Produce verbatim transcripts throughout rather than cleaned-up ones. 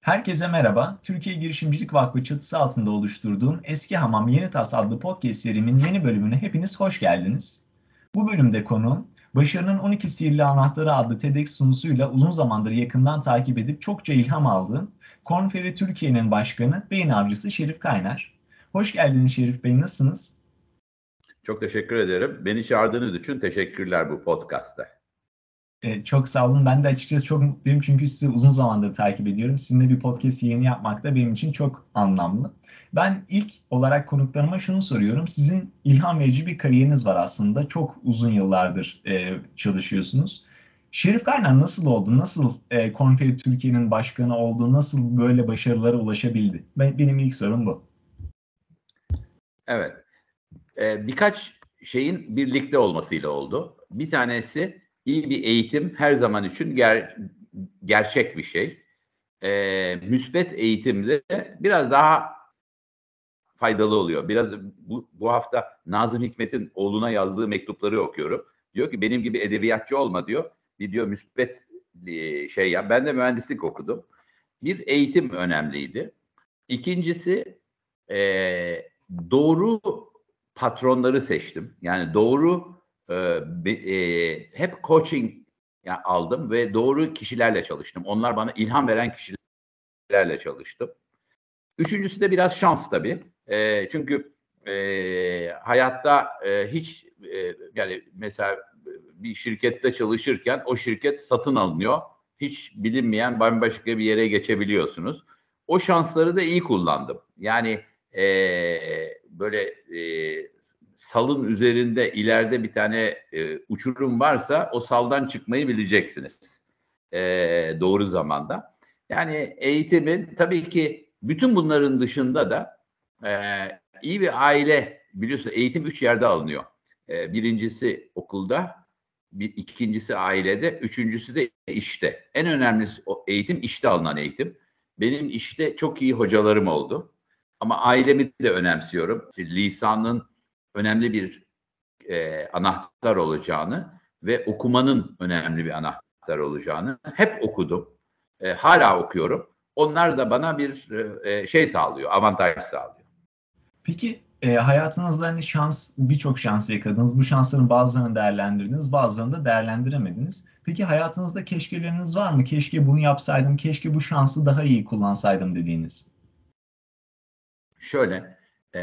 Herkese merhaba. Türkiye Girişimcilik Vakfı çatısı altında oluşturduğum Eski Hamam Yeni Tas adlı podcast serimin yeni bölümüne hepiniz hoş geldiniz. Bu bölümde konuğum, Başarının on iki Sihirli Anahtarı adlı TEDx sunusuyla uzun zamandır yakından takip edip çokça ilham aldığım Korn Ferry Türkiye'nin başkanı, beyin avcısı Şerif Kaynar. Hoş geldiniz Şerif Bey, nasılsınız? Çok teşekkür ederim. Beni çağırdığınız için teşekkürler bu podcast'ta. Ee, çok sağ olun. Ben de açıkçası çok mutluyum çünkü sizi uzun zamandır takip ediyorum. Sizinle bir podcast yayını yapmak da benim için çok anlamlı. Ben ilk olarak konuklarıma şunu soruyorum. Sizin ilham verici bir kariyeriniz var aslında. Çok uzun yıllardır e, çalışıyorsunuz. Şerif Kaynar nasıl oldu? Nasıl e, Korn Ferry Türkiye'nin başkanı oldu? Nasıl böyle başarılara ulaşabildi? Ben, benim ilk sorum bu. Evet. Ee, birkaç şeyin birlikte olmasıyla oldu. Bir tanesi iyi bir eğitim her zaman için ger gerçek bir şey. Ee, müspet eğitimde biraz daha faydalı oluyor. Biraz bu, bu hafta Nazım Hikmet'in oğluna yazdığı mektupları okuyorum. Diyor ki benim gibi edebiyatçı olma diyor. Bir diyor müspet e, şey ya. Ben de mühendislik okudum. Bir eğitim önemliydi. İkincisi e, doğru patronları seçtim. Yani doğru e, e, hep coaching ya, aldım ve doğru kişilerle çalıştım. Onlar bana ilham veren kişilerle çalıştım. Üçüncüsü de biraz şans tabii. E, çünkü e, hayatta e, hiç e, yani mesela bir şirkette çalışırken o şirket satın alınıyor. Hiç bilinmeyen bambaşka bir yere geçebiliyorsunuz. O şansları da iyi kullandım. Yani e, böyle e, salın üzerinde ileride bir tane e, uçurum varsa o saldan çıkmayı bileceksiniz. E, doğru zamanda. Yani eğitimin tabii ki bütün bunların dışında da e, iyi bir aile, biliyorsun eğitim üç yerde alınıyor. E, birincisi okulda, bir, ikincisi ailede, üçüncüsü de işte. En önemlisi o eğitim, işte alınan eğitim. Benim işte çok iyi hocalarım oldu. Ama ailemi de önemsiyorum. Lisanın önemli bir e, anahtar olacağını ve okumanın önemli bir anahtar olacağını hep okudum. E, hala okuyorum. Onlar da bana bir e, şey sağlıyor, avantaj sağlıyor. Peki e, hayatınızda hani şans, birçok şans yakaladınız. Bu şansların bazılarını değerlendirdiniz, bazılarını da değerlendiremediniz. Peki hayatınızda keşkeleriniz var mı? Keşke bunu yapsaydım, keşke bu şansı daha iyi kullansaydım dediğiniz. Şöyle, e,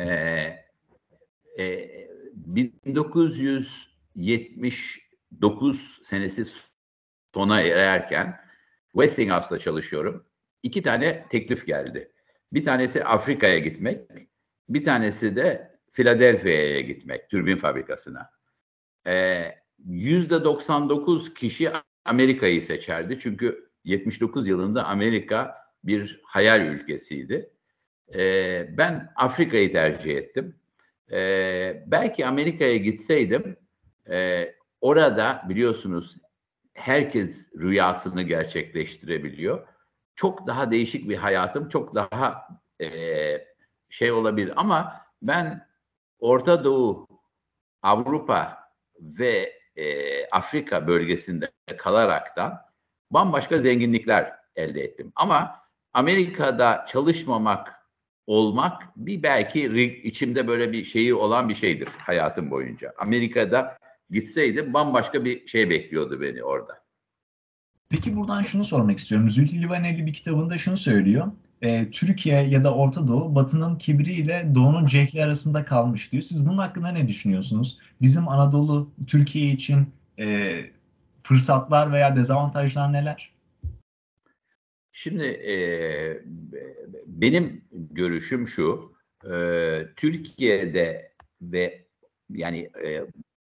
e, bin dokuz yüz yetmiş dokuz senesi sona ererken Westinghouse'da çalışıyorum. İki tane teklif geldi. Bir tanesi Afrika'ya gitmek, bir tanesi de Philadelphia'ya gitmek, türbin fabrikasına. Ee, yüzde doksan dokuz kişi Amerika'yı seçerdi. Çünkü yetmiş dokuz yılında Amerika bir hayal ülkesiydi. Ee, ben Afrika'yı tercih ettim. Ee, belki Amerika'ya gitseydim, e, orada biliyorsunuz herkes rüyasını gerçekleştirebiliyor. Çok daha değişik bir hayatım, çok daha e, şey olabilir. Ama ben Orta Doğu, Avrupa ve e, Afrika bölgesinde kalaraktan bambaşka zenginlikler elde ettim. Ama Amerika'da çalışmamak, olmak bir belki içimde böyle bir şeyi olan bir şeydir hayatım boyunca. Amerika'da gitseydim bambaşka bir şey bekliyordu beni orada. Peki buradan şunu sormak istiyorum. Zülfü Livaneli bir kitabında şunu söylüyor. E, Türkiye ya da Orta Doğu, Batı'nın kibriyle Doğu'nun cehli arasında kalmış diyor. Siz bunun hakkında ne düşünüyorsunuz? Bizim Anadolu, Türkiye için e, fırsatlar veya dezavantajlar neler? Şimdi e, benim görüşüm şu, e, Türkiye'de ve yani e,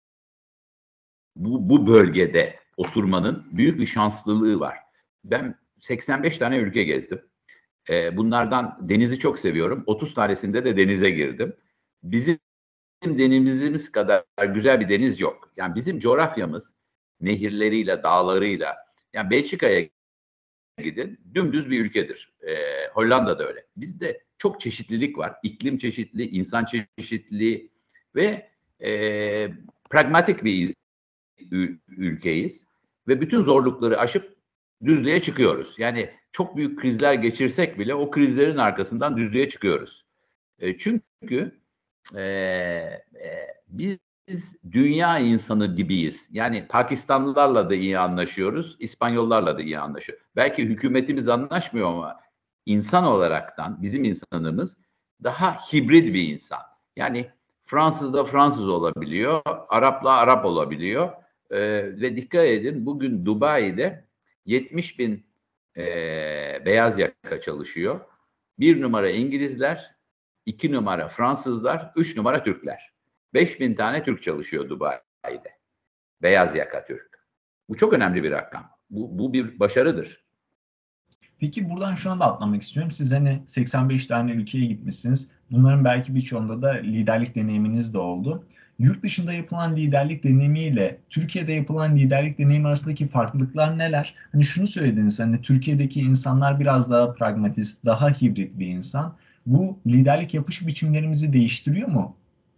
bu, bu bölgede oturmanın büyük bir şanslılığı var. Ben seksen beş tane ülke gezdim. E, bunlardan denizi çok seviyorum. otuz tanesinde de denize girdim. Bizim denizimiz kadar güzel bir deniz yok. Yani bizim coğrafyamız nehirleriyle, dağlarıyla, yani Belçika'ya gidin, dümdüz bir ülkedir. E, Hollanda da öyle. Bizde çok çeşitlilik var. İklim çeşitliliği, insan çeşitliliği ve e, pragmatik bir ülkeyiz. Ve bütün zorlukları aşıp düzlüğe çıkıyoruz. Yani çok büyük krizler geçirsek bile o krizlerin arkasından düzlüğe çıkıyoruz. E, çünkü e, e, biz dünya insanı gibiyiz. Yani Pakistanlılarla da iyi anlaşıyoruz, İspanyollarla da iyi anlaşıyor. Belki hükümetimiz anlaşmıyor ama insan olaraktan bizim insanımız daha hibrit bir insan. Yani Fransız da Fransız olabiliyor, Arap'la Arap olabiliyor. E, ve dikkat edin, bugün Dubai'de yetmiş bin e, beyaz yaka çalışıyor. Bir numara İngilizler, iki numara Fransızlar, üç numara Türkler. beş bin tane Türk çalışıyor Dubai'de. Beyaz yaka Türk. Bu çok önemli bir rakam. Bu, bu bir başarıdır. Peki buradan şu anda atlamak istiyorum. Siz hani seksen beş tane ülkeye gitmişsiniz. Bunların belki birçoğunda da liderlik deneyiminiz de oldu. Yurt dışında yapılan liderlik deneyimiyle Türkiye'de yapılan liderlik deneyimi arasındaki farklılıklar neler? Hani şunu söylediniz, hani Türkiye'deki insanlar biraz daha pragmatist, daha hibrit bir insan. Bu liderlik yapış biçimlerimizi değiştiriyor mu?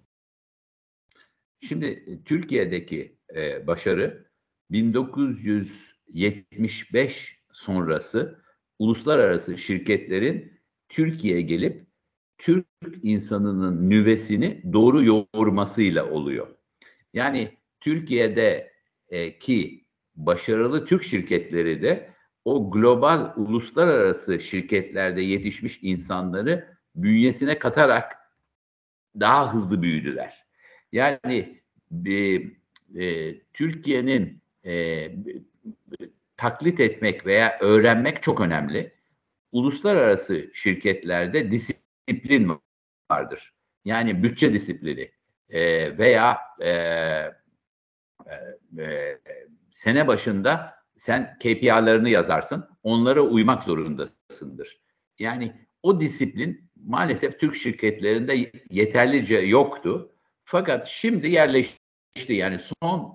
Şimdi Türkiye'deki e, başarı bin dokuz yüz yetmiş beş sonrası uluslararası şirketlerin Türkiye'ye gelip Türk insanının nüvesini doğru yoğurmasıyla oluyor. Yani Türkiye'deki başarılı Türk şirketleri de o global uluslararası şirketlerde yetişmiş insanları bünyesine katarak daha hızlı büyüdüler. Yani e, e, Türkiye'nin e, taklit etmek veya öğrenmek çok önemli. Uluslararası şirketlerde disiplin vardır. Yani bütçe disiplini e, veya e, e, sene başında sen K P I'lerini yazarsın, onlara uymak zorundasındır. Yani o disiplin maalesef Türk şirketlerinde yeterlice yoktu. Fakat şimdi yerleşti. Yani son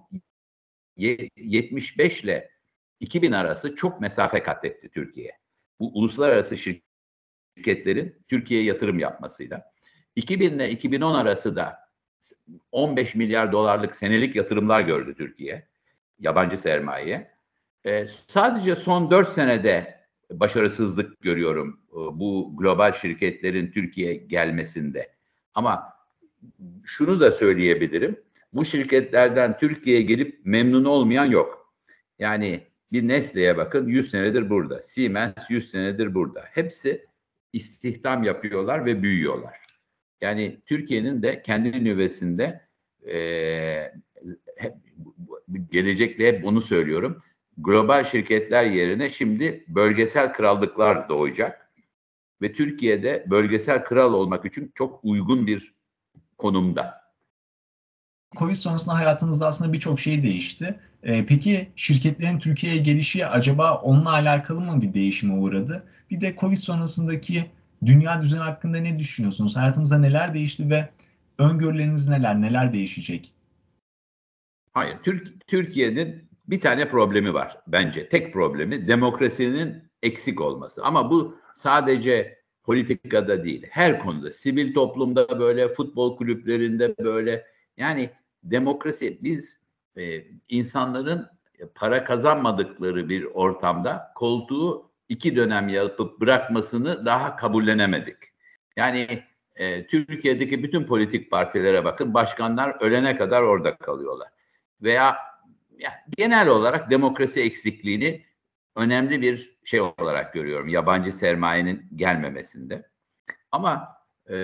yetmiş beş ile iki bin arası çok mesafe kat etti Türkiye. Bu uluslararası şirketlerin Türkiye'ye yatırım yapmasıyla. iki bin ile iki bin on arası da on beş milyar dolarlık senelik yatırımlar gördü Türkiye. Yabancı sermaye. Ee, sadece son dört senede başarısızlık görüyorum e, bu global şirketlerin Türkiye'ye gelmesinde. Ama şunu da söyleyebilirim. Bu şirketlerden Türkiye'ye gelip memnun olmayan yok. Yani bir Nestle'ye bakın, yüz senedir burada. Siemens yüz senedir burada. Hepsi istihdam yapıyorlar ve büyüyorlar. Yani Türkiye'nin de kendi nüvesinde e, hep, gelecekte hep bunu söylüyorum. Global şirketler yerine şimdi bölgesel krallıklar doğacak. Ve Türkiye'de bölgesel kral olmak için çok uygun bir konumda. Covid sonrasında hayatınızda aslında birçok şey değişti. Ee, peki şirketlerin Türkiye'ye gelişi acaba onunla alakalı mı bir değişime uğradı? Bir de Covid sonrasındaki dünya düzeni hakkında ne düşünüyorsunuz? Hayatımızda neler değişti ve öngörüleriniz neler? Neler değişecek? Hayır, Türk, Türkiye'nin bir tane problemi var bence. Tek problemi demokrasinin eksik olması. Ama bu sadece politikada değil, her konuda, sivil toplumda böyle, futbol kulüplerinde böyle. Yani demokrasi, biz e, insanların para kazanmadıkları bir ortamda koltuğu iki dönem yapıp bırakmasını daha kabullenemedik. Yani e, Türkiye'deki bütün politik partilere bakın, başkanlar ölene kadar orada kalıyorlar. Veya yani genel olarak demokrasi eksikliğini önemli bir şey olarak görüyorum. Yabancı sermayenin gelmemesinde. Ama e,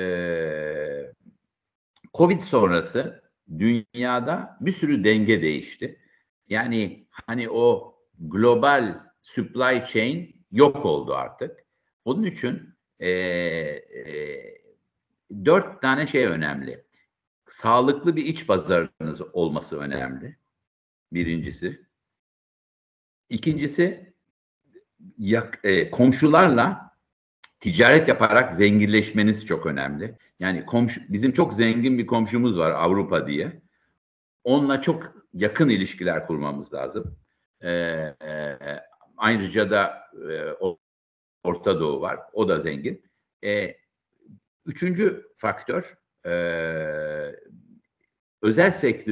Covid sonrası dünyada bir sürü denge değişti. Yani hani o global supply chain yok oldu artık. Onun için e, e, dört tane şey önemli. Sağlıklı bir iç pazarınız olması önemli. Birincisi. İkincisi, yak, e, komşularla ticaret yaparak zenginleşmeniz çok önemli. Yani komşu, bizim çok zengin bir komşumuz var Avrupa diye. Onunla çok yakın ilişkiler kurmamız lazım. E, e, ayrıca da e, Orta Doğu var. O da zengin. E, üçüncü faktör, e, özel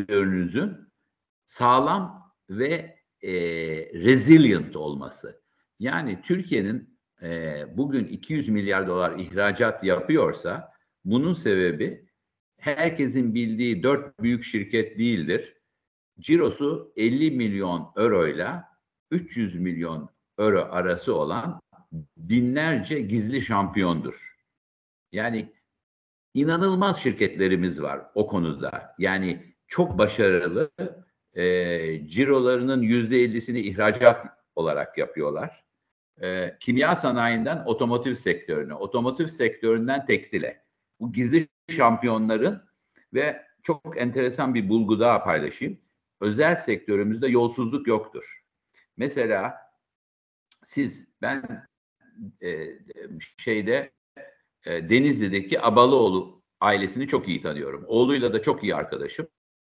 sektörünüzün sağlam ve e, resilient olması. Yani Türkiye'nin e, bugün iki yüz milyar dolar ihracat yapıyorsa bunun sebebi herkesin bildiği dört büyük şirket değildir. Cirosu elli milyon euro ile üç yüz milyon euro arası olan binlerce gizli şampiyondur. Yani inanılmaz şirketlerimiz var o konuda. Yani çok başarılı, e, cirolarının yüzde ellisini ihracat olarak yapıyorlar. E, kimya sanayinden otomotiv sektörüne, otomotiv sektöründen tekstile. Bu gizli şampiyonların ve çok enteresan bir bulgu daha paylaşayım. Özel sektörümüzde yolsuzluk yoktur. Mesela siz, ben e, şeyde e, Denizli'deki Abalıoğlu ailesini çok iyi tanıyorum. Oğluyla da çok iyi arkadaşım.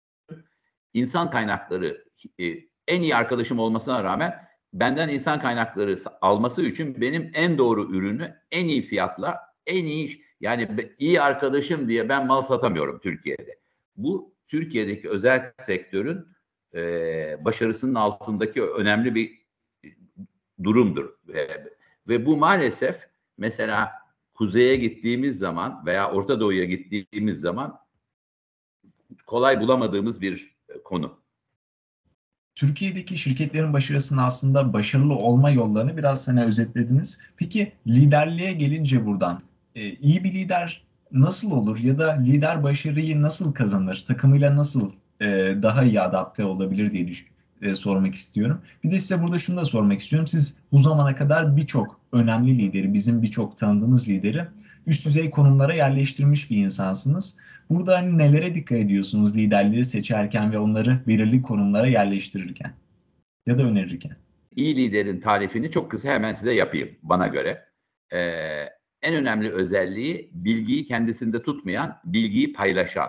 İnsan kaynakları e, en iyi arkadaşım olmasına rağmen benden insan kaynakları alması için benim en doğru ürünü en iyi fiyatla, en iyi, yani iyi arkadaşım diye ben mal satamıyorum Türkiye'de. Bu Türkiye'deki özel sektörün e, başarısının altındaki önemli bir durumdur. Ve, ve bu maalesef mesela kuzeye gittiğimiz zaman veya Orta Doğu'ya gittiğimiz zaman kolay bulamadığımız bir konu. Türkiye'deki şirketlerin başarısının aslında başarılı olma yollarını biraz hani özetlediniz. Peki liderliğe gelince buradan e, iyi bir lider nasıl olur ya da lider başarıyı nasıl kazanır? Takımıyla nasıl e, daha iyi adapte olabilir diye düş- e, sormak istiyorum. Bir de size burada şunu da sormak istiyorum. Siz bu zamana kadar birçok önemli lideri, bizim birçok tanıdığımız lideri üst düzey konumlara yerleştirmiş bir insansınız. Burada hani nelere dikkat ediyorsunuz liderleri seçerken ve onları belirli konumlara yerleştirirken ya da önerirken? İyi liderin tarifini çok kısa hemen size yapayım bana göre. Ee, en önemli özelliği bilgiyi kendisinde tutmayan, bilgiyi paylaşan.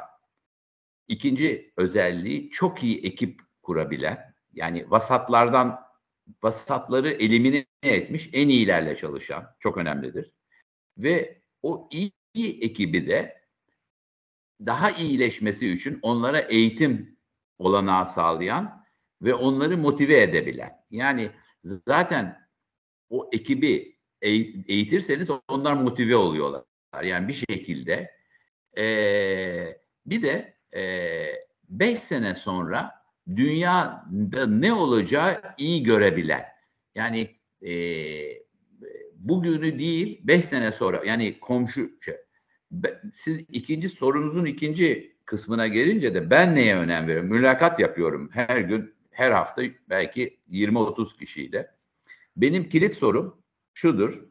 İkinci özelliği çok iyi ekip kurabilen, yani vasatlardan vasatları elimine etmiş en iyilerle çalışan çok önemlidir. Ve o iyi, iyi ekibi de daha iyileşmesi için onlara eğitim olanağı sağlayan ve onları motive edebilen. Yani zaten o ekibi eğitirseniz onlar motive oluyorlar. Yani bir şekilde. Ee, bir de e, beş sene sonra dünyada ne olacağı iyi görebilen. Yani e, bugünü değil beş sene sonra, yani komşu şey, siz ikinci sorunuzun ikinci kısmına gelince de ben neye önem veriyorum? Mülakat yapıyorum her gün, her hafta belki yirmi otuz kişiyle. Benim kilit sorum şudur: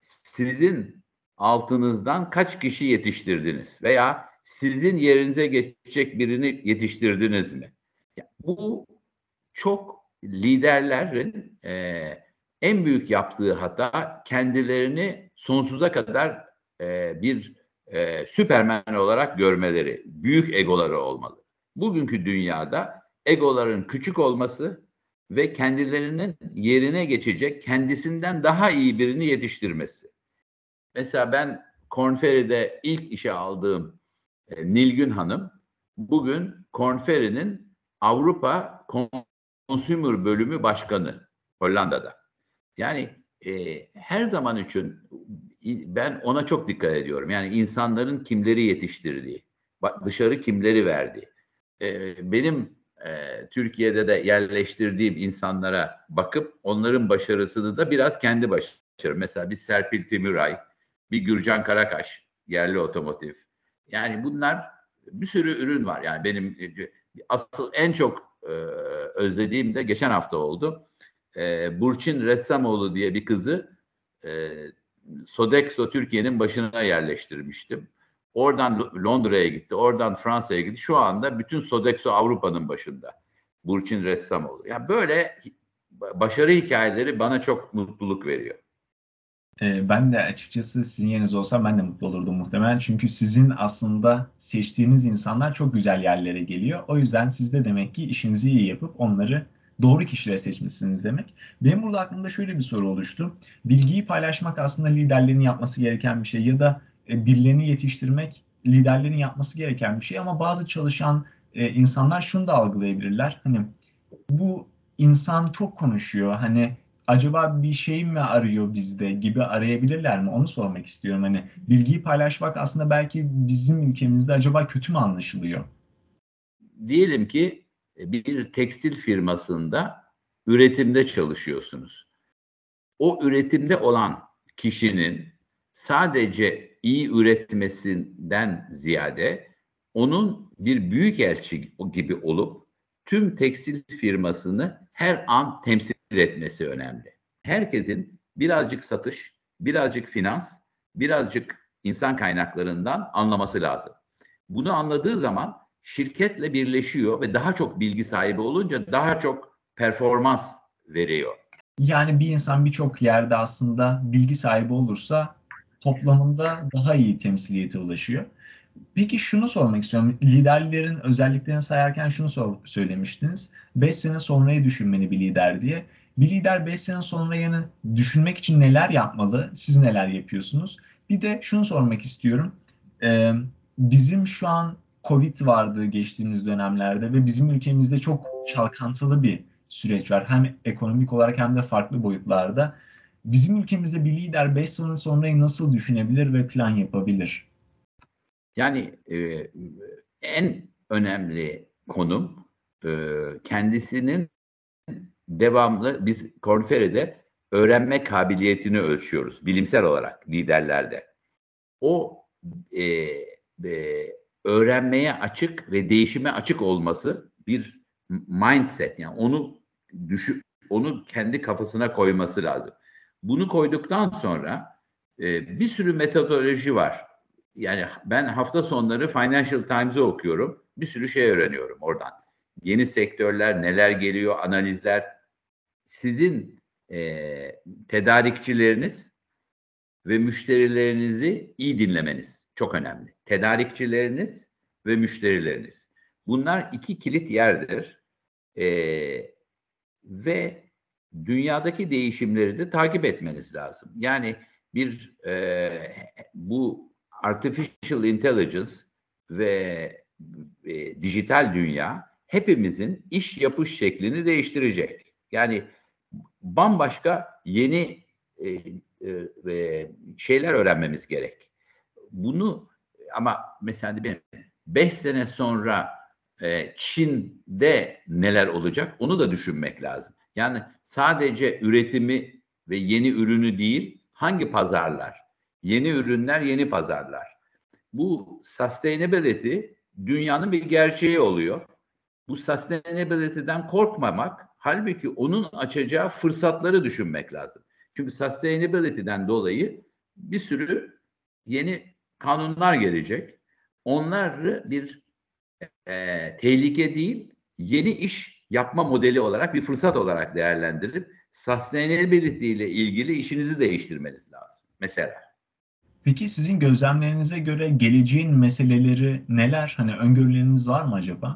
sizin altınızdan kaç kişi yetiştirdiniz veya sizin yerinize geçecek birini yetiştirdiniz mi? Bu çok liderlerin e, en büyük yaptığı hata, kendilerini sonsuza kadar e, bir e, süpermen olarak görmeleri, büyük egoları olmalı. Bugünkü dünyada egoların küçük olması ve kendilerinin yerine geçecek, kendisinden daha iyi birini yetiştirmesi. Mesela ben Korn Ferry'de ilk işe aldığım e, Nilgün Hanım, bugün Korn Ferry'nin Avrupa Consumer Bölümü Başkanı Hollanda'da. Yani e, her zaman için ben ona çok dikkat ediyorum. Yani insanların kimleri yetiştirdiği, dışarı kimleri verdiği. E, benim e, Türkiye'de de yerleştirdiğim insanlara bakıp onların başarısını da biraz kendi başarım. Mesela bir Serpil Temiray, bir Gürcan Karakaş, yerli otomotiv. Yani bunlar, bir sürü ürün var. Yani benim asıl en çok e, özlediğim de geçen hafta oldu. E, Burçin Ressamoğlu diye bir kızı e, Sodexo Türkiye'nin başına yerleştirmiştim. Oradan Londra'ya gitti, oradan Fransa'ya gitti. Şu anda bütün Sodexo Avrupa'nın başında. Burçin Ressamoğlu. Yani böyle başarı hikayeleri bana çok mutluluk veriyor. Ee, Ben de açıkçası sizin yerinizde olsam ben de mutlu olurdum muhtemelen. Çünkü sizin aslında seçtiğiniz insanlar çok güzel yerlere geliyor. O yüzden siz de demek ki işinizi iyi yapıp onları doğru kişilere seçmişsiniz demek. Benim burada aklımda şöyle bir soru oluştu. Bilgiyi paylaşmak aslında liderlerin yapması gereken bir şey ya da e, birilerini yetiştirmek liderlerin yapması gereken bir şey ama bazı çalışan e, insanlar şunu da algılayabilirler. Hani bu insan çok konuşuyor. Hani acaba bir şey mi arıyor bizde gibi arayabilirler mi? Onu sormak istiyorum. Hani bilgiyi paylaşmak aslında belki bizim ülkemizde acaba kötü mü anlaşılıyor? Diyelim ki e, bir tekstil firmasında üretimde çalışıyorsunuz. O üretimde olan kişinin sadece iyi üretmesinden ziyade onun bir büyükelçi gibi olup tüm tekstil firmasını her an temsil etmesi önemli. Herkesin birazcık satış, birazcık finans, birazcık insan kaynaklarından anlaması lazım. Bunu anladığı zaman şirketle birleşiyor ve daha çok bilgi sahibi olunca daha çok performans veriyor. Yani bir insan birçok yerde aslında bilgi sahibi olursa toplamında daha iyi temsiliyete ulaşıyor. Peki şunu sormak istiyorum. Liderlerin özelliklerini sayarken şunu sor- söylemiştiniz. Beş sene sonrayı düşünmeli bir lider diye. Bir lider beş sene sonrayı düşünmek için neler yapmalı? Siz neler yapıyorsunuz? Bir de şunu sormak istiyorum. Ee, bizim şu an Covid vardı geçtiğimiz dönemlerde ve bizim ülkemizde çok çalkantılı bir süreç var. Hem ekonomik olarak hem de farklı boyutlarda. Bizim ülkemizde bir lider beş sene sonrayı nasıl düşünebilir ve plan yapabilir? Yani e, en önemli konum e, kendisinin devamlı biz Kornfere'de öğrenme kabiliyetini ölçüyoruz bilimsel olarak liderlerde. O e, e, öğrenmeye açık ve değişime açık olması bir mindset, yani onu düşün, onu kendi kafasına koyması lazım. Bunu koyduktan sonra e, bir sürü metodoloji var. Yani ben hafta sonları Financial Times'ı okuyorum. Bir sürü şey öğreniyorum oradan. Yeni sektörler, neler geliyor, analizler. Sizin e, tedarikçileriniz ve müşterilerinizi iyi dinlemeniz çok önemli. Tedarikçileriniz ve müşterileriniz. Bunlar iki kilit yerdir. Ee, ve dünyadaki değişimleri de takip etmeniz lazım. Yani bir e, bu artificial intelligence ve e, dijital dünya hepimizin iş yapış şeklini değiştirecek. Yani bambaşka yeni e, e, şeyler öğrenmemiz gerek. Bunu ama mesela benim beş sene sonra e, Çin'de neler olacak onu da düşünmek lazım. Yani sadece üretimi ve yeni ürünü değil, hangi pazarlar? Yeni ürünler, yeni pazarlar. Bu sustainability dünyanın bir gerçeği oluyor. Bu sustainability'den korkmamak, halbuki onun açacağı fırsatları düşünmek lazım. Çünkü sustainability'den dolayı bir sürü yeni kanunlar gelecek. Onları bir e, tehlike değil, yeni iş yapma modeli olarak bir fırsat olarak değerlendirip sustainability ile ilgili işinizi değiştirmeniz lazım. Mesela. Peki sizin gözlemlerinize göre geleceğin meseleleri neler? Hani öngörüleriniz var mı acaba?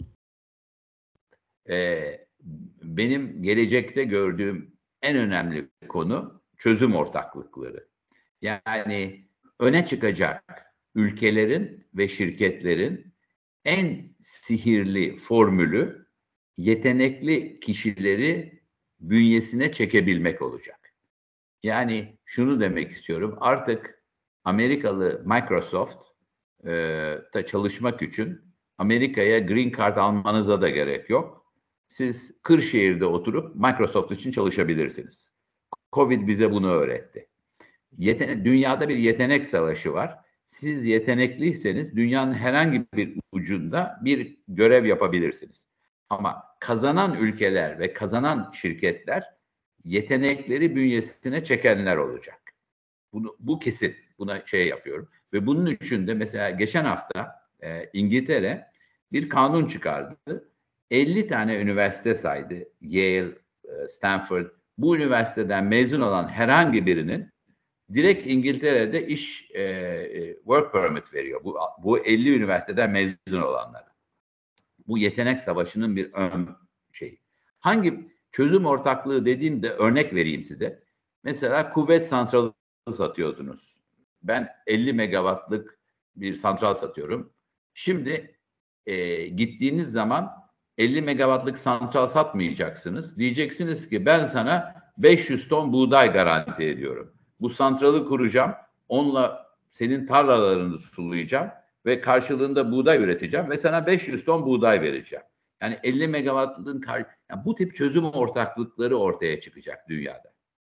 Ee, benim gelecekte gördüğüm en önemli konu çözüm ortaklıkları. Yani öne çıkacak ülkelerin ve şirketlerin en sihirli formülü yetenekli kişileri bünyesine çekebilmek olacak. Yani şunu demek istiyorum. Artık Amerikalı Microsoft e, da çalışmak için Amerika'ya Green Card almanıza da gerek yok. Siz Kırşehir'de oturup Microsoft için çalışabilirsiniz. Covid bize bunu öğretti. Yetene dünyada bir yetenek savaşı var. Siz yetenekliyseniz dünyanın herhangi bir ucunda bir görev yapabilirsiniz. Ama kazanan ülkeler ve kazanan şirketler yetenekleri bünyesine çekenler olacak. Bunu, bu kesin. Buna şey yapıyorum. Ve bunun için de mesela geçen hafta e, İngiltere bir kanun çıkardı. elli tane üniversite saydı. Yale, e, Stanford. Bu üniversiteden mezun olan herhangi birinin direkt İngiltere'de iş e, e, work permit veriyor. Bu, bu elli üniversiteden mezun olanlara. Bu yetenek savaşının bir ön şeyi. Hangi çözüm ortaklığı dediğimde örnek vereyim size. Mesela kuvvet santralı satıyordunuz. Ben elli megawattlık bir santral satıyorum. Şimdi e, gittiğiniz zaman elli megawattlık santral satmayacaksınız. Diyeceksiniz ki ben sana beş yüz ton buğday garanti ediyorum. Bu santralı kuracağım. Onunla senin tarlalarını sulayacağım ve karşılığında buğday üreteceğim ve sana beş yüz ton buğday vereceğim. Yani elli megawattın kar yani bu tip çözüm ortaklıkları ortaya çıkacak dünyada.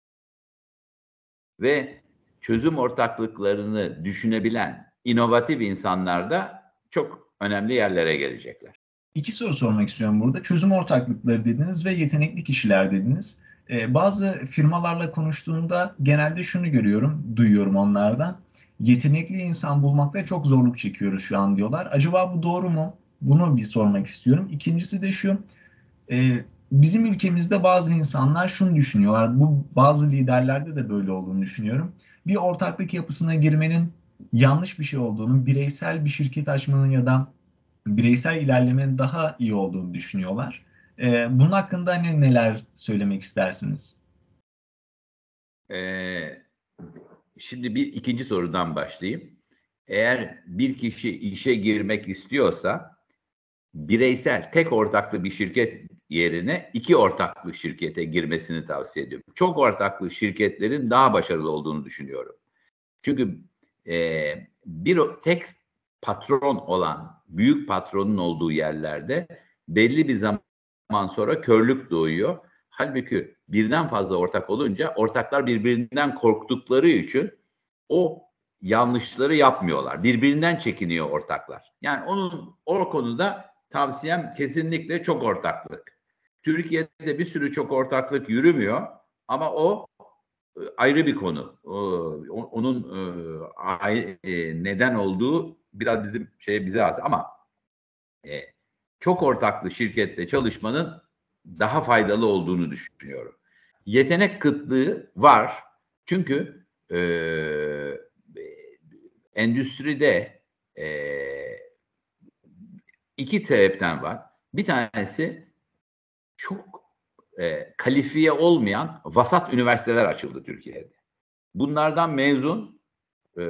Ve çözüm ortaklıklarını düşünebilen inovatif insanlar da çok önemli yerlere gelecekler. İki soru sormak istiyorum burada. Çözüm ortaklıkları dediniz ve yetenekli kişiler dediniz. Ee, bazı firmalarla konuştuğumda genelde şunu görüyorum, duyuyorum onlardan. Yetenekli insan bulmakta çok zorluk çekiyoruz şu an diyorlar. Acaba bu doğru mu? Bunu bir sormak istiyorum. İkincisi de şu, e, bizim ülkemizde bazı insanlar şunu düşünüyorlar. Bu bazı liderlerde de böyle olduğunu düşünüyorum. Bir ortaklık yapısına girmenin yanlış bir şey olduğunu, bireysel bir şirket açmanın ya da bireysel ilerlemenin daha iyi olduğunu düşünüyorlar. Ee, bunun hakkında hani neler söylemek istersiniz? Ee, şimdi bir ikinci sorudan başlayayım. Eğer bir kişi işe girmek istiyorsa bireysel tek ortaklı bir şirket yerine iki ortaklı şirkete girmesini tavsiye ediyorum. Çok ortaklı şirketlerin daha başarılı olduğunu düşünüyorum. Çünkü e, bir tek patron olan, büyük patronun olduğu yerlerde belli bir zaman sonra körlük doğuyor. Halbuki birden fazla ortak olunca ortaklar birbirinden korktukları için o yanlışları yapmıyorlar. Birbirinden çekiniyor ortaklar. Yani onun o konuda tavsiyem kesinlikle çok ortaklık. Türkiye'de bir sürü çok ortaklık yürümüyor ama o ayrı bir konu. O, onun e, neden olduğu biraz bizim şey bize az ama e, çok ortaklı şirkette çalışmanın daha faydalı olduğunu düşünüyorum. Yetenek kıtlığı var. Çünkü e, endüstride e, iki sebepten var. Bir tanesi çok e, kalifiye olmayan vasat üniversiteler açıldı Türkiye'de. Bunlardan mezun e,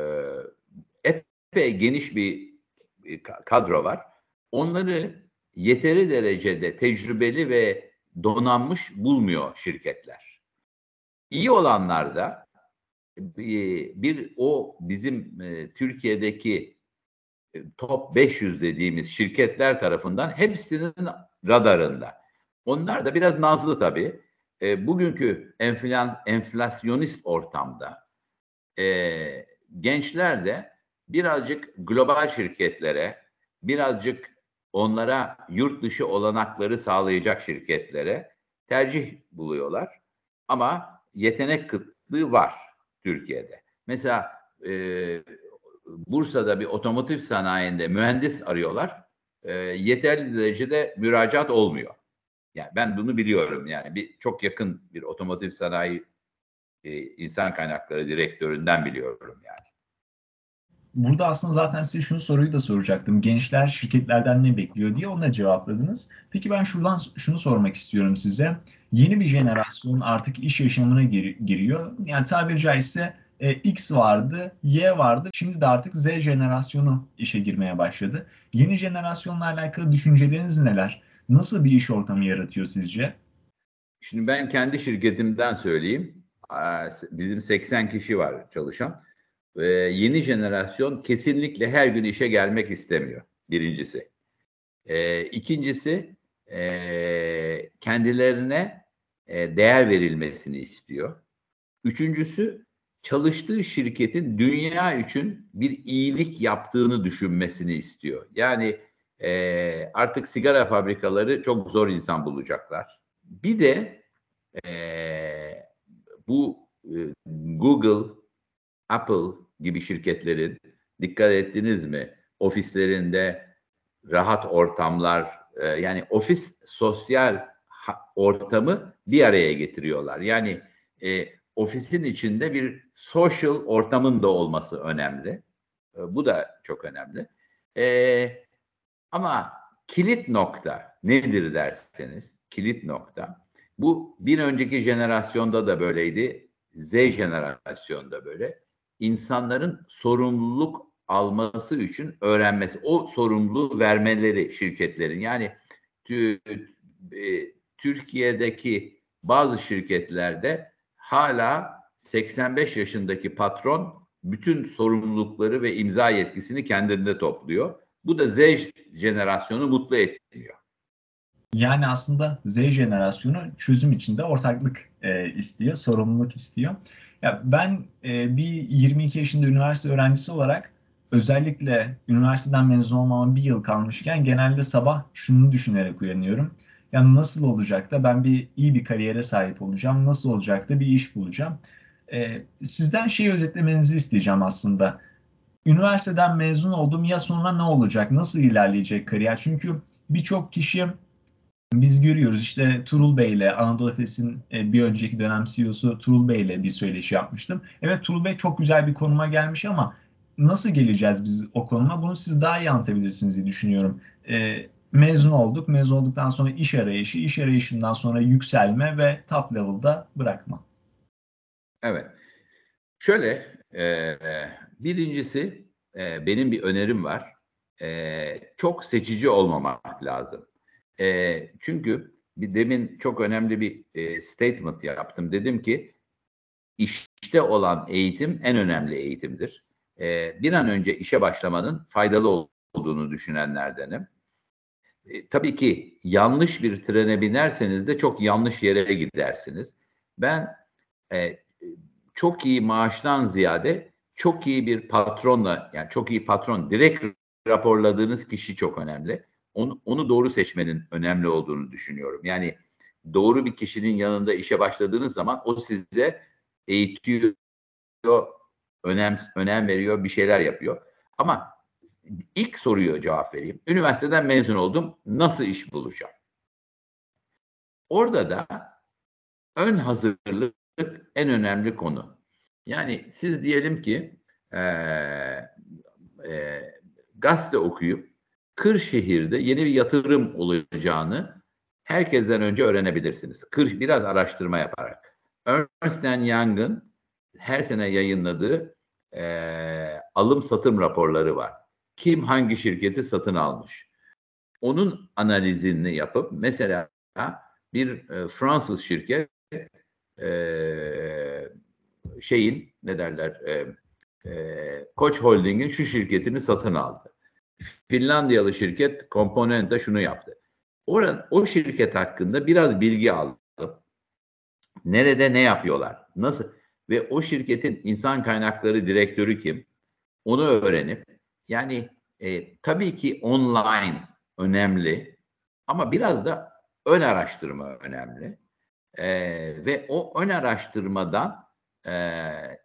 epey geniş bir kadro var. Onları yeteri derecede tecrübeli ve donanmış bulmuyor şirketler. İyi olanlar da bir, bir o bizim e, Türkiye'deki top beş yüz dediğimiz şirketler tarafından hepsinin radarında. Onlar da biraz nazlı tabii. E, bugünkü enflan, enflasyonist ortamda e, gençler de birazcık global şirketlere, birazcık onlara yurt dışı olanakları sağlayacak şirketlere tercih buluyorlar. Ama yetenek kıtlığı var Türkiye'de. Mesela e, Bursa'da bir otomotiv sanayinde mühendis arıyorlar. E, yeterli derecede müracaat olmuyor. Yani ben bunu biliyorum. Yani bir çok yakın bir otomotiv sanayi e, insan kaynakları direktöründen biliyorum yani. Burada aslında zaten size şunu soruyu da soracaktım. Gençler şirketlerden ne bekliyor diye ona cevapladınız. Peki ben şuradan şunu sormak istiyorum size. Yeni bir jenerasyon artık iş yaşamına gir- giriyor. Yani tabiri caizse e, X vardı, Y vardı. Şimdi de artık Z jenerasyonu işe girmeye başladı. Yeni jenerasyonla alakalı düşünceleriniz neler? Nasıl bir iş ortamı yaratıyor sizce? Şimdi ben kendi şirketimden söyleyeyim. Bizim seksen kişi var çalışan. Ee, yeni jenerasyon kesinlikle her gün işe gelmek istemiyor. Birincisi. Ee, ikincisi e, kendilerine e, değer verilmesini istiyor. Üçüncüsü çalıştığı şirketin dünya için bir iyilik yaptığını düşünmesini istiyor. Yani e, artık sigara fabrikaları çok zor insan bulacaklar. Bir de e, bu e, Google, Apple gibi şirketlerin dikkat ettiniz mi? Ofislerinde rahat ortamlar, e, yani ofis sosyal ha- ortamı bir araya getiriyorlar. Yani e, ofisin içinde bir social ortamın da olması önemli. E, bu da çok önemli. E, ama kilit nokta nedir derseniz, kilit nokta. Bu bir önceki jenerasyonda da böyleydi. Z jenerasyonda böyle. İnsanların sorumluluk alması için öğrenmesi, o sorumluluğu vermeleri şirketlerin. Yani tü, e, Türkiye'deki bazı şirketlerde hala seksen beş yaşındaki patron bütün sorumlulukları ve imza yetkisini kendinde topluyor. Bu da Z jenerasyonu mutlu etmiyor. Yani aslında Z jenerasyonu çözüm içinde ortaklık e, istiyor, sorumluluk istiyor. Ya ben e, bir yirmi iki yaşında üniversite öğrencisi olarak özellikle üniversiteden mezun olmama bir yıl kalmışken genelde sabah şunu düşünerek uyanıyorum. Yani nasıl olacak da ben bir iyi bir kariyere sahip olacağım, nasıl olacak da bir iş bulacağım. E, sizden şeyi özetlemenizi isteyeceğim aslında. Üniversiteden mezun oldum ya sonra ne olacak, nasıl ilerleyecek kariyer? Çünkü birçok kişi biz görüyoruz işte Turul Bey ile Anadolu Efes'in e, bir önceki dönem C E O'su Turul Bey ile bir söyleşi yapmıştım. Evet Turul Bey çok güzel bir konuma gelmiş ama nasıl geleceğiz biz o konuma? Bunu siz daha iyi anlatabilirsiniz diye düşünüyorum. E, mezun olduk. Mezun olduktan sonra iş arayışı, iş arayışından sonra yükselme ve top level'da bırakma. Evet. Şöyle, e, birincisi e, benim bir önerim var. E, çok seçici olmamak lazım. E, çünkü bir demin çok önemli bir e, statement yaptım. Dedim ki işte olan eğitim en önemli eğitimdir. E, bir an önce işe başlamanın faydalı olduğunu düşünenlerdenim. E, tabii ki yanlış bir trene binerseniz de çok yanlış yere gidersiniz. Ben e, çok iyi maaştan ziyade çok iyi bir patronla, yani çok iyi patron, direkt raporladığınız kişi çok önemli. Onu, onu doğru seçmenin önemli olduğunu düşünüyorum. Yani doğru bir kişinin yanında işe başladığınız zaman o size eğitiyor, önem, önem veriyor, bir şeyler yapıyor. Ama ilk soruya cevap vereyim. Üniversiteden mezun oldum. Nasıl iş bulacağım? Orada da ön hazırlık en önemli konu. Yani siz diyelim ki e, e, gazete okuyup Kırşehir'de yeni bir yatırım olacağını herkesten önce öğrenebilirsiniz. Kır, biraz araştırma yaparak. Ernst and Young'ın her sene yayınladığı e, alım satım raporları var. Kim hangi şirketi satın almış? Onun analizini yapıp mesela bir e, Fransız şirket e, şeyin ne derler e, e, Koç Holding'in şu şirketini satın aldı. Finlandiyalı şirket Componenta şunu yaptı. Oran, o şirket hakkında biraz bilgi aldım. Nerede ne yapıyorlar? Nasıl? Ve o şirketin insan kaynakları direktörü kim? Onu öğrenip yani e, tabii ki online önemli ama biraz da ön araştırma önemli. E, ve o ön araştırmadan e, e,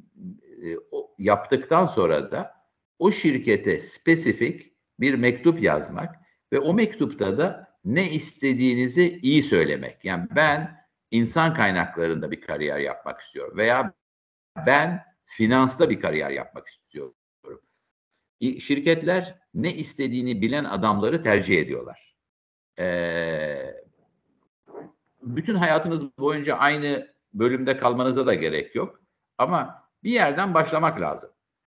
o, yaptıktan sonra da o şirkete spesifik bir mektup yazmak ve o mektupta da ne istediğinizi iyi söylemek. Yani ben insan kaynaklarında bir kariyer yapmak istiyorum veya ben finansta bir kariyer yapmak istiyorum. Şirketler ne istediğini bilen adamları tercih ediyorlar. Ee, bütün hayatınız boyunca aynı bölümde kalmanıza da gerek yok. Ama bir yerden başlamak lazım.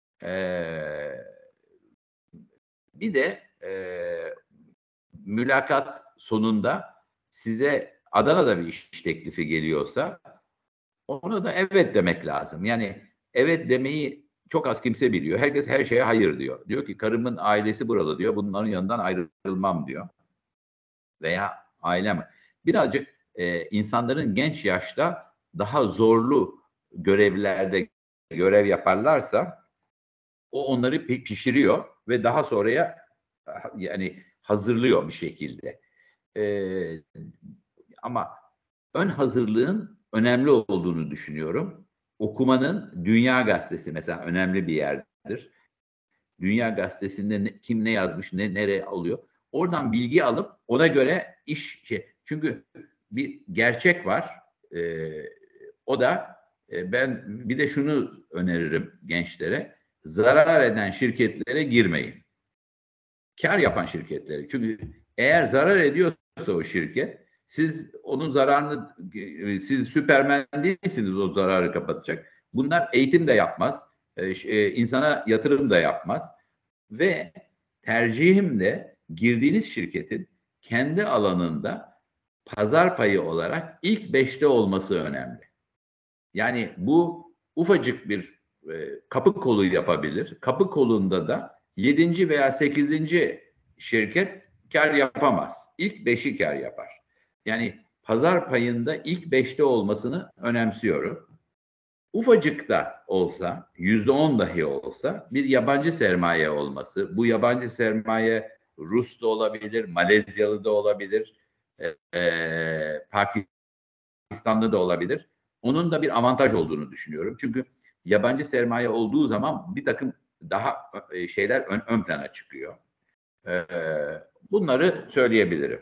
Ee, bir de e, mülakat sonunda size Adana'da bir iş teklifi geliyorsa ona da evet demek lazım. Yani evet demeyi çok az kimse biliyor. Herkes her şeye hayır diyor. Diyor ki karımın ailesi buralı diyor. Bunların yanından ayrılmam diyor. Veya ailem. Birazcık e, insanların genç yaşta daha zorlu görevlerde görev yaparlarsa o onları pişiriyor ve daha sonraya yani hazırlıyor bir şekilde. Ee, ama ön hazırlığın önemli olduğunu düşünüyorum. Okumanın Dünya Gazetesi mesela önemli bir yerdir. Dünya Gazetesi'nde ne, kim ne yazmış, ne nereye alıyor. Oradan bilgi alıp ona göre iş şey. Çünkü bir gerçek var. Ee, o da e, ben bir de şunu öneririm gençlere. Zarar eden şirketlere girmeyin. Kar yapan şirketlere. Çünkü eğer zarar ediyorsa o şirket siz onun zararını siz Süpermen değilsiniz o zararı kapatacak. Bunlar eğitim de yapmaz. E, insana yatırım da yapmaz. Ve tercihim de girdiğiniz şirketin kendi alanında pazar payı olarak ilk beşte olması önemli. Yani bu ufacık bir e, kapı kolu yapabilir. Kapı kolunda da yedinci veya sekizinci şirket kar yapamaz. İlk beşi kar yapar. Yani pazar payında ilk beşte olmasını önemsiyorum. Ufacık da olsa, yüzde on dahi olsa bir yabancı sermaye olması, bu yabancı sermaye Rus da olabilir, Malezyalı da olabilir, e, e, Pakistanlı da olabilir. Onun da bir avantaj olduğunu düşünüyorum. Çünkü yabancı sermaye olduğu zaman bir takım daha e, şeyler ön, ön plana çıkıyor. E, bunları söyleyebilirim.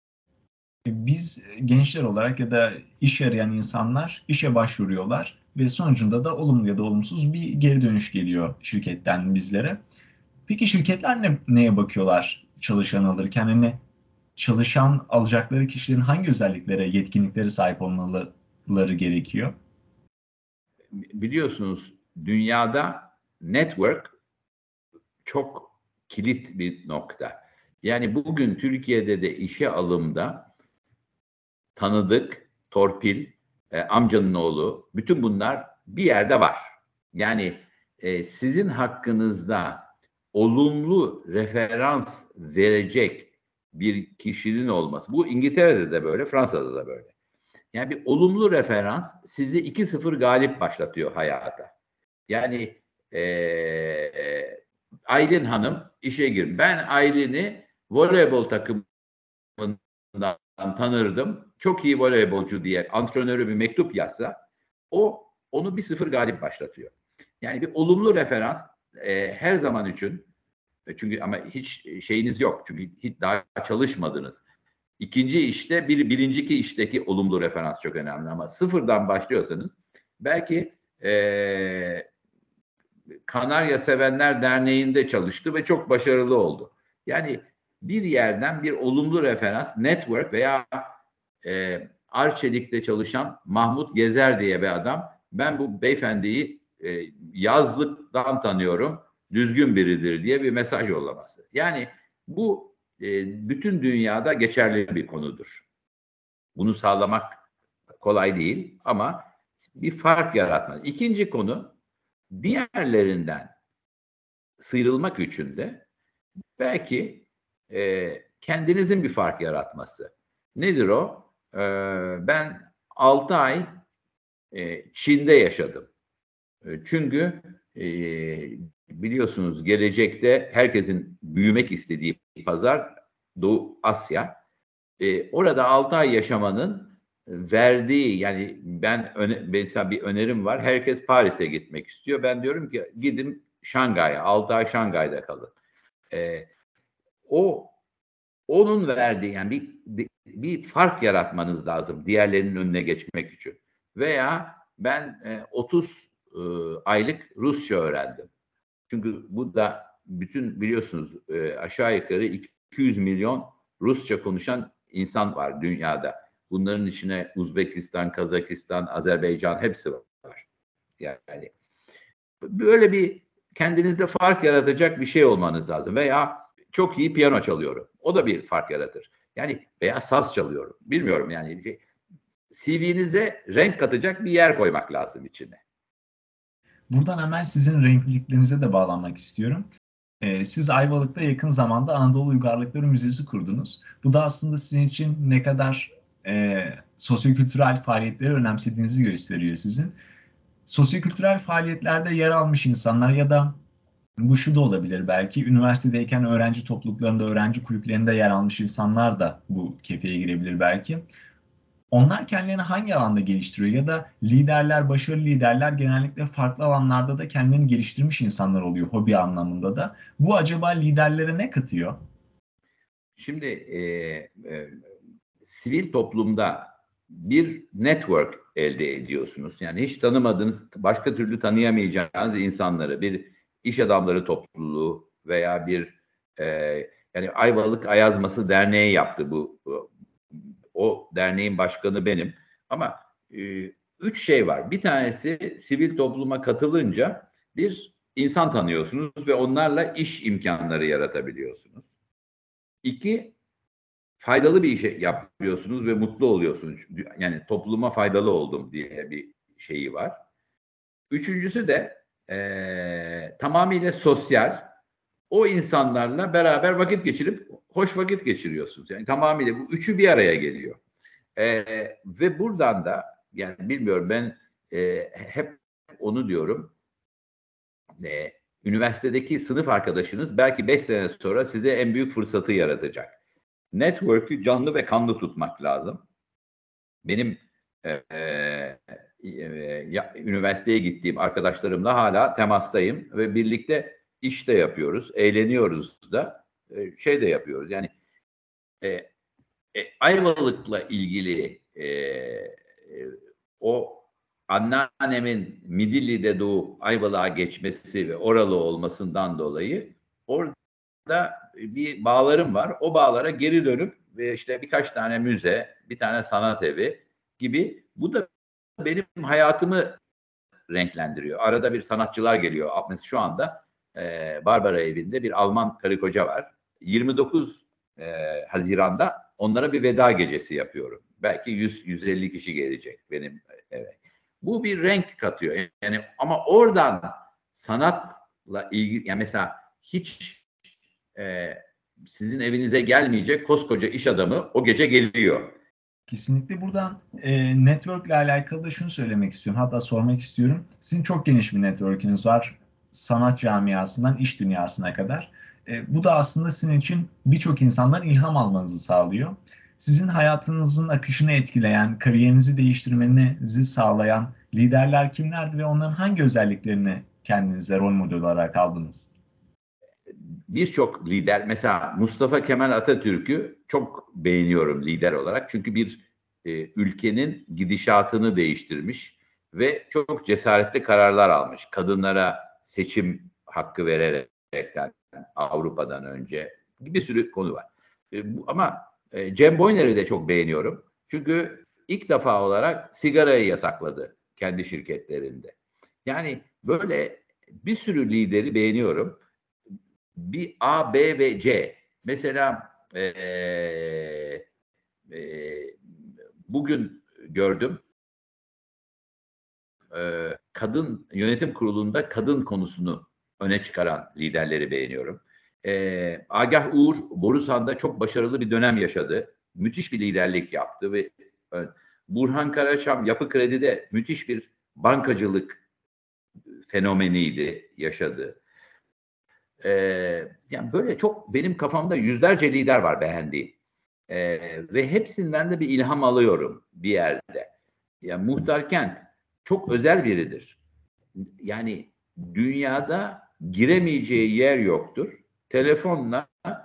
Biz gençler olarak ya da iş arayan insanlar işe başvuruyorlar ve sonucunda da olumlu ya da olumsuz bir geri dönüş geliyor şirketten bizlere. Peki şirketler ne, neye bakıyorlar çalışan alırken? Hani çalışan alacakları kişilerin hangi özelliklere, yetkinliklere sahip olmaları gerekiyor? Biliyorsunuz dünyada network çok kilit bir nokta. Yani bugün Türkiye'de de işe alımda tanıdık, torpil, e, amcanın oğlu, bütün bunlar bir yerde var. Yani e, sizin hakkınızda olumlu referans verecek bir kişinin olması. Bu İngiltere'de de böyle, Fransa'da da böyle. Yani bir olumlu referans sizi iki sıfır galip başlatıyor hayata. Yani e, e, Aylin Hanım işe gir. Ben Aylin'i voleybol takımından tanırdım. Çok iyi voleybolcu diye antrenörü bir mektup yazsa o onu bir sıfır galip başlatıyor. Yani bir olumlu referans e, her zaman için, çünkü ama hiç şeyiniz yok. Çünkü hiç daha çalışmadınız. İkinci işte bir birinciki işteki olumlu referans çok önemli, ama sıfırdan başlıyorsanız belki e, Kanarya Sevenler Derneği'nde çalıştı ve çok başarılı oldu. Yani bir yerden bir olumlu referans, network veya e, Arçelik'te çalışan Mahmut Gezer diye bir adam. Ben bu beyefendiyi e, yazlıktan tanıyorum, düzgün biridir diye bir mesaj yollaması. Yani bu e, bütün dünyada geçerli bir konudur. Bunu sağlamak kolay değil ama bir fark yaratmak. İkinci konu, diğerlerinden sıyrılmak için de belki e, kendinizin bir fark yaratması. Nedir o? E, ben altı ay e, Çin'de yaşadım. E, çünkü e, biliyorsunuz gelecekte herkesin büyümek istediği pazar Doğu Asya. E, orada altı ay yaşamanın verdiği, yani ben öne, mesela bir önerim var. Herkes Paris'e gitmek istiyor. Ben diyorum ki gidin Şangay'a, altı ay Şangay'da kalın. E, o onun verdiği, yani bir bir fark yaratmanız lazım diğerlerinin önüne geçmek için. Veya ben e, otuz e, aylık Rusça öğrendim. Çünkü bu da bütün biliyorsunuz e, aşağı yukarı iki yüz milyon Rusça konuşan insan var dünyada. Bunların içine Uzbekistan, Kazakistan, Azerbaycan hepsi var. Yani böyle bir kendinizde fark yaratacak bir şey olmanız lazım. Veya çok iyi piyano çalıyorum. O da bir fark yaratır. Yani veya saz çalıyorum. Bilmiyorum yani. C V'nize renk katacak bir yer koymak lazım içine. Buradan hemen sizin renkliliklerinize de bağlanmak istiyorum. Ee, siz Ayvalık'ta yakın zamanda Anadolu Uygarlıkları Müzesi kurdunuz. Bu da aslında sizin için ne kadar e, sosyokültürel faaliyetleri önemsediğinizi gösteriyor sizin. Sosyokültürel faaliyetlerde yer almış insanlar ya da bu şu da olabilir belki, üniversitedeyken öğrenci topluluklarında, öğrenci kulüplerinde yer almış insanlar da bu kefeye girebilir belki. Onlar kendilerini hangi alanda geliştiriyor ya da liderler, başarılı liderler genellikle farklı alanlarda da kendini geliştirmiş insanlar oluyor hobi anlamında da. Bu acaba liderlere ne katıyor? Şimdi e, e, sivil toplumda bir network elde ediyorsunuz. Yani hiç tanımadığınız, başka türlü tanıyamayacağınız insanları, bir iş adamları topluluğu veya bir e, yani Ayvalık Ayazması Derneği yaptı bu. O derneğin başkanı benim. Ama e, üç şey var. Bir tanesi, sivil topluma katılınca bir insan tanıyorsunuz ve onlarla iş imkanları yaratabiliyorsunuz. İki, faydalı bir iş yapıyorsunuz ve mutlu oluyorsunuz. Yani topluma faydalı oldum diye bir şeyi var. Üçüncüsü de e, tamamıyla sosyal. O insanlarla beraber vakit geçirip hoş vakit geçiriyorsunuz. Yani tamamıyla bu üçü bir araya geliyor. E, ve buradan da yani bilmiyorum ben e, hep onu diyorum. E, üniversitedeki sınıf arkadaşınız belki beş sene sonra size en büyük fırsatı yaratacak. Network'ü canlı ve kanlı tutmak lazım. Benim e, e, ya, üniversiteye gittiğim arkadaşlarımla hala temastayım ve birlikte iş de yapıyoruz, eğleniyoruz da e, şey de yapıyoruz. Yani e, e, Ayvalık'la ilgili e, e, o anneannemin Midilli'de doğup Ayvalık'a geçmesi ve oralı olmasından dolayı orada bir bağlarım var. O bağlara geri dönüp ve işte birkaç tane müze, bir tane sanat evi gibi bu da benim hayatımı renklendiriyor. Arada bir sanatçılar geliyor. Mesela şu anda e, Barbara evinde bir Alman karı koca var. yirmi dokuz e, Haziran'da onlara bir veda gecesi yapıyorum. Belki yüz yüz elli kişi gelecek benim eve. Bu bir renk katıyor. Yani ama oradan sanatla ilgili yani mesela hiç e, sizin evinize gelmeyecek koskoca iş adamı o gece geliyor. Kesinlikle buradan e, network ile alakalı da şunu söylemek istiyorum. Hatta sormak istiyorum. Sizin çok geniş bir network'ünüz var. Sanat camiasından iş dünyasına kadar. E, bu da aslında sizin için birçok insandan ilham almanızı sağlıyor. Sizin hayatınızın akışını etkileyen, kariyerinizi değiştirmenizi sağlayan liderler kimlerdi ve onların hangi özelliklerini kendinize rol model olarak aldınız? Birçok lider mesela Mustafa Kemal Atatürk'ü çok beğeniyorum lider olarak. Çünkü bir e, ülkenin gidişatını değiştirmiş ve çok cesaretli kararlar almış. Kadınlara seçim hakkı vererekten Avrupa'dan önce bir sürü konu var. E, bu, ama e, Cem Boyner'i de çok beğeniyorum. Çünkü ilk defa olarak sigarayı yasakladı kendi şirketlerinde. Yani böyle bir sürü lideri beğeniyorum. Bir A, B ve C. Mesela e, e, bugün gördüm e, kadın yönetim kurulunda kadın konusunu öne çıkaran liderleri beğeniyorum. E, Agah Uğur Borusan'da çok başarılı bir dönem yaşadı. Müthiş bir liderlik yaptı ve e, Burhan Karaşam Yapı Kredi'de müthiş bir bankacılık fenomeniydi, yaşadı. Ee, yani böyle çok benim kafamda yüzlerce lider var beğendiğim. Ee, ve hepsinden de bir ilham alıyorum bir yerde. Yani Muhtar Kent çok özel biridir. Yani dünyada giremeyeceği yer yoktur. Telefonla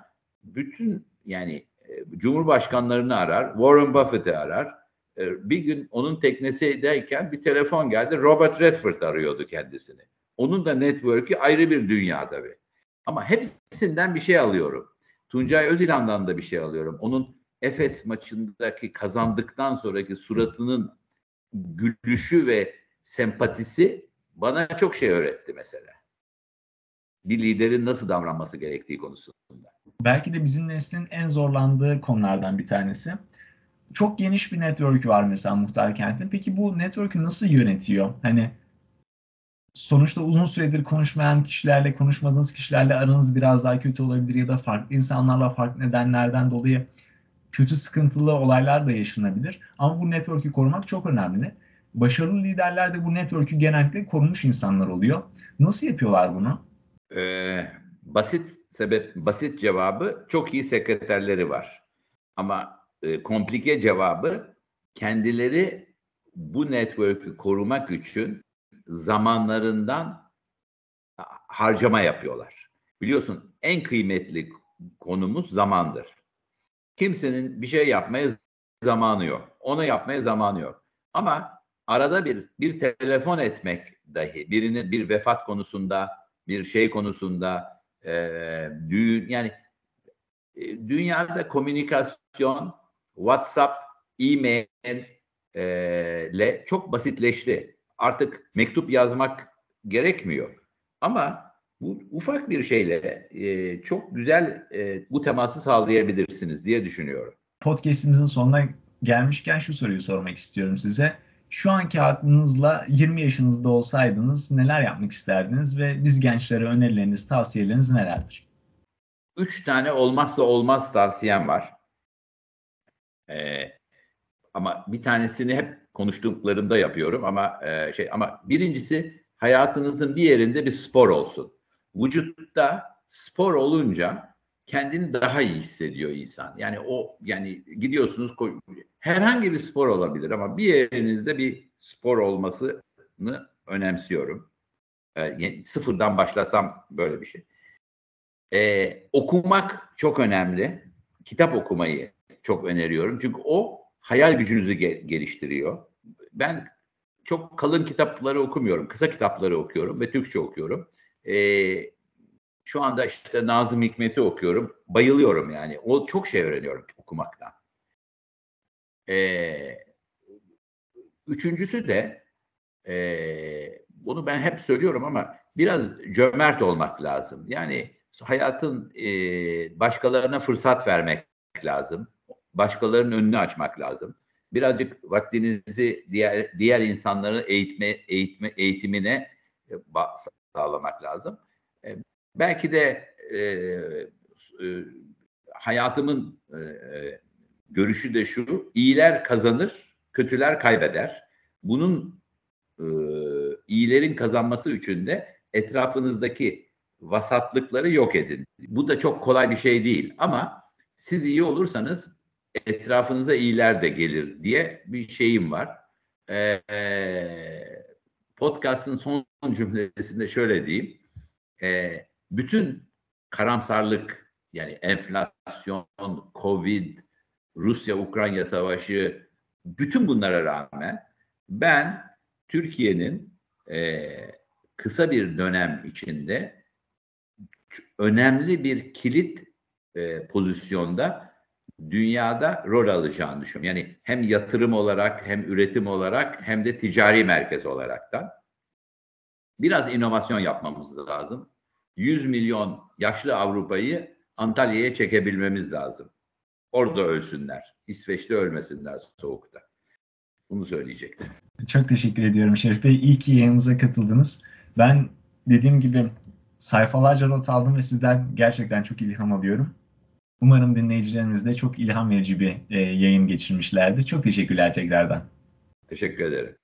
bütün yani e, Cumhurbaşkanlarını arar, Warren Buffett'i arar. E, bir gün onun teknesideyken bir telefon geldi. Robert Redford arıyordu kendisini. Onun da network'ü ayrı bir dünya tabii. Ama hepsinden bir şey alıyorum. Tuncay Özilhan'dan da bir şey alıyorum. Onun Efes maçındaki kazandıktan sonraki suratının gülüşü ve sempatisi bana çok şey öğretti mesela. Bir liderin nasıl davranması gerektiği konusunda. Belki de bizim neslin en zorlandığı konulardan bir tanesi. Çok geniş bir network var mesela Muhtar Kent'in. Peki bu network'ü nasıl yönetiyor? Hani sonuçta uzun süredir konuşmayan kişilerle, konuşmadığınız kişilerle aranız biraz daha kötü olabilir ya da farklı insanlarla farklı nedenlerden dolayı kötü sıkıntılı olaylar da yaşanabilir. Ama bu network'ü korumak çok önemli. Başarılı liderler de bu network'ü genellikle korumuş insanlar oluyor. Nasıl yapıyorlar bunu? Ee, basit sebep, basit cevabı çok iyi sekreterleri var. Ama e, komplike cevabı kendileri bu network'ü korumak için zamanlarından harcama yapıyorlar. Biliyorsun en kıymetli konumuz zamandır. Kimsenin bir şey yapmaya zamanı yok. Onu yapmaya zamanı yok. Ama arada bir bir telefon etmek dahi birinin bir vefat konusunda, bir şey konusunda e, düğün yani e, dünyada komünikasyon WhatsApp, e-mail e, ile çok basitleşti. Artık mektup yazmak gerekmiyor. Ama bu ufak bir şeyle e, çok güzel e, bu teması sağlayabilirsiniz diye düşünüyorum. podcast'imizin sonuna gelmişken şu soruyu sormak istiyorum size. Şu anki aklınızla yirmi yaşınızda olsaydınız neler yapmak isterdiniz ve biz gençlere önerileriniz, tavsiyeleriniz nelerdir? Üç tane olmazsa olmaz tavsiyem var. Ee, ama bir tanesini hep konuştuklarımda yapıyorum ama e, şey ama birincisi hayatınızın bir yerinde bir spor olsun. Vücutta spor olunca kendini daha iyi hissediyor insan. Yani o yani gidiyorsunuz herhangi bir spor olabilir ama bir yerinizde bir spor olmasını önemsiyorum. Ee, yani sıfırdan başlasam böyle bir şey. Ee, okumak çok önemli. Kitap okumayı çok öneriyorum. Çünkü o hayal gücünüzü ge- geliştiriyor. Ben çok kalın kitapları okumuyorum. Kısa kitapları okuyorum ve Türkçe okuyorum. Ee, şu anda işte Nazım Hikmet'i okuyorum. Bayılıyorum yani. O çok şey öğreniyorum okumaktan. Ee, üçüncüsü de e, bunu ben hep söylüyorum ama biraz cömert olmak lazım. Yani hayatın e, başkalarına fırsat vermek lazım. Başkalarının önünü açmak lazım. Birazcık vaktinizi diğer diğer insanların eğitme eğitme eğitimine e, sağlamak lazım. E, belki de e, e, hayatımın e, görüşü de şu: iyiler kazanır, kötüler kaybeder. Bunun e, iyilerin kazanması için de etrafınızdaki vasatlıkları yok edin. Bu da çok kolay bir şey değil ama siz iyi olursanız etrafınıza iyiler de gelir diye bir şeyim var. Ee, podcast'ın son cümlesinde şöyle diyeyim. Ee, bütün karamsarlık yani enflasyon, Covid, Rusya-Ukrayna savaşı bütün bunlara rağmen ben Türkiye'nin e, kısa bir dönem içinde önemli bir kilit e, pozisyonda dünyada rol alacağını düşünüyorum. Yani hem yatırım olarak hem üretim olarak hem de ticari merkez olaraktan. Biraz inovasyon yapmamız lazım. yüz milyon yaşlı Avrupa'yı Antalya'ya çekebilmemiz lazım. Orada ölsünler. İsveç'te ölmesinler soğukta. Bunu söyleyecektim. Çok teşekkür ediyorum Şerif Bey. İyi ki yayınımıza katıldınız. Ben dediğim gibi sayfalarca not aldım ve sizden gerçekten çok ilham alıyorum. Umarım dinleyicilerimiz de çok ilham verici bir e, yayın geçirmişlerdir. Çok teşekkürler tekrardan. Teşekkür ederim.